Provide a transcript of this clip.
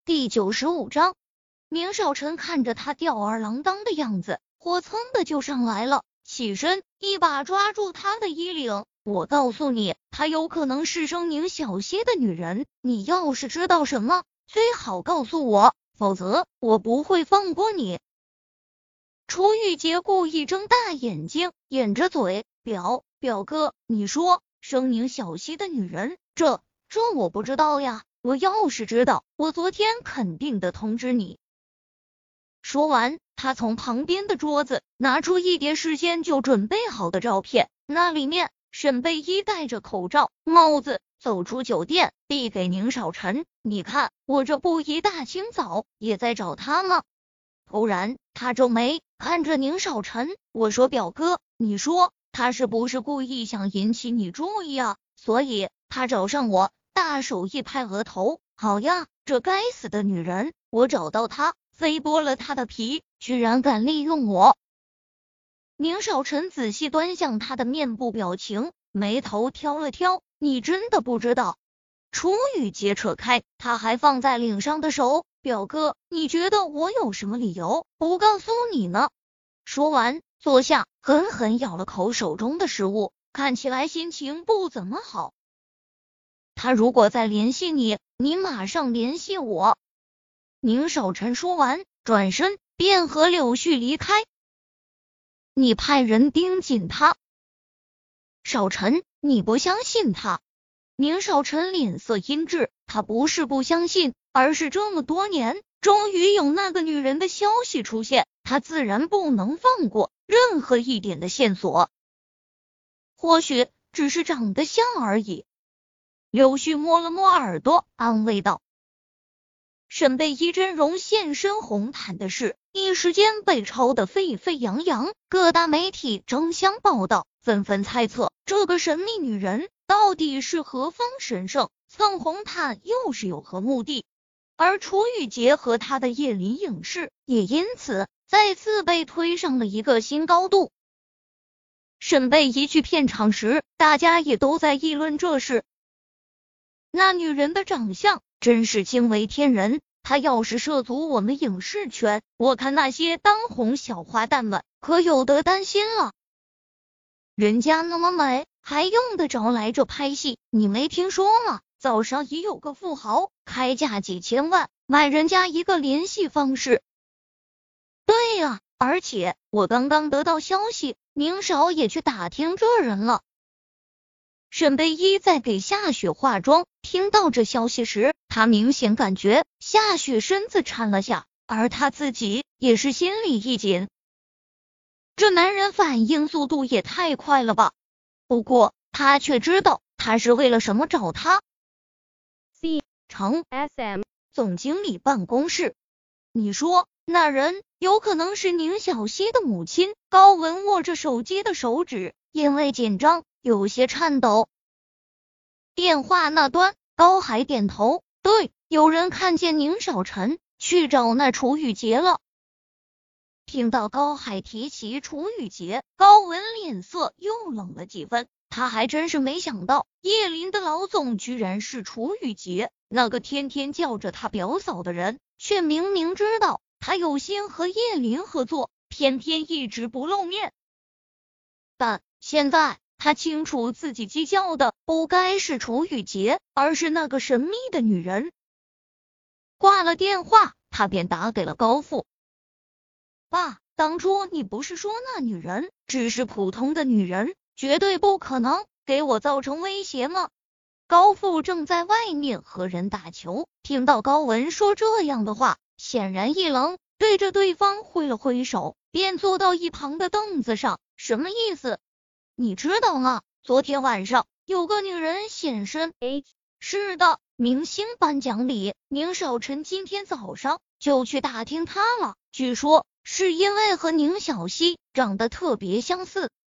第95章，宁少臣看着他吊儿郎当的样子，火蹭的就上来了，起身一把抓住他的衣领。我告诉你，她有可能是声宁小溪的女人，你要是知道什么，最好告诉我，否则我不会放过你。楚雨洁故意睁大眼睛，掩着嘴，表哥，你说声宁小溪的女人，这我不知道呀，我要是知道，我昨天肯定的通知你。说完，他从旁边的桌子拿出一叠事先就准备好的照片，那里面沈贝依戴着口罩、帽子走出酒店，递给宁少臣，你看，我这不一大清早也在找他吗？突然，他皱眉看着宁少臣，我说表哥，你说他是不是故意想引起你注意啊？所以他找上我，大手一拍额头，好呀，这该死的女人，我找到她，非剥了她的皮，居然敢利用我。宁少臣仔细端详他的面部表情，眉头挑了挑，你真的不知道？楚雨洁扯开他还放在领上的手，表哥，你觉得我有什么理由不告诉你呢？说完，坐下，狠狠咬了口手中的食物，看起来心情不怎么好。他如果再联系你，你马上联系我。宁少臣说完，转身便和柳絮离开。你派人盯紧他。少臣，你不相信他？宁少臣脸色阴鸷，他不是不相信，而是这么多年，终于有那个女人的消息出现，他自然不能放过任何一点的线索。或许只是长得像而已。柳絮摸了摸耳朵，安慰道。沈贝依真容现身红毯的事，一时间被抄得沸沸扬扬，各大媒体争相报道，纷纷猜测这个神秘女人到底是何方神圣，蹭红毯又是有何目的。而楚雨洁和她的叶林影视也因此再次被推上了一个新高度。沈贝一去片场时，大家也都在议论这事。那女人的长相真是惊为天人，她要是涉足我们影视圈，我看那些当红小花旦们可有得担心了。人家那么美，还用得着来这拍戏？你没听说吗？早上已有个富豪开价几千万买人家一个联系方式。对呀，而且我刚刚得到消息，宁少也去打听这人了。沈贝依在给夏雪化妆，听到这消息时，她明显感觉夏雪身子颤了下，而她自己也是心里一紧。这男人反应速度也太快了吧！不过他却知道他是为了什么找他。C 城 SM 总经理办公室，你说那人有可能是宁小溪的母亲？高文握着手机的手指因为紧张有些颤抖。电话那端，高海点头，对，有人看见宁少臣去找那楚雨洁了。听到高海提起楚雨洁，高文脸色又冷了几分，他还真是没想到叶林的老总居然是楚雨洁，那个天天叫着他表嫂的人，却明明知道他有心和叶林合作，偏偏一直不露面。但现在他清楚自己计较的不该是楚雨洁，而是那个神秘的女人。挂了电话，他便打给了高父。爸，当初你不是说那女人只是普通的女人，绝对不可能给我造成威胁吗？高父正在外面和人打球，听到高文说这样的话，显然一愣，对着对方挥了挥手，便坐到一旁的凳子上。什么意思？你知道吗？昨天晚上有个女人现身。是的，明星颁奖礼，宁少臣今天早上就去打听她了，据说是因为和宁小溪长得特别相似，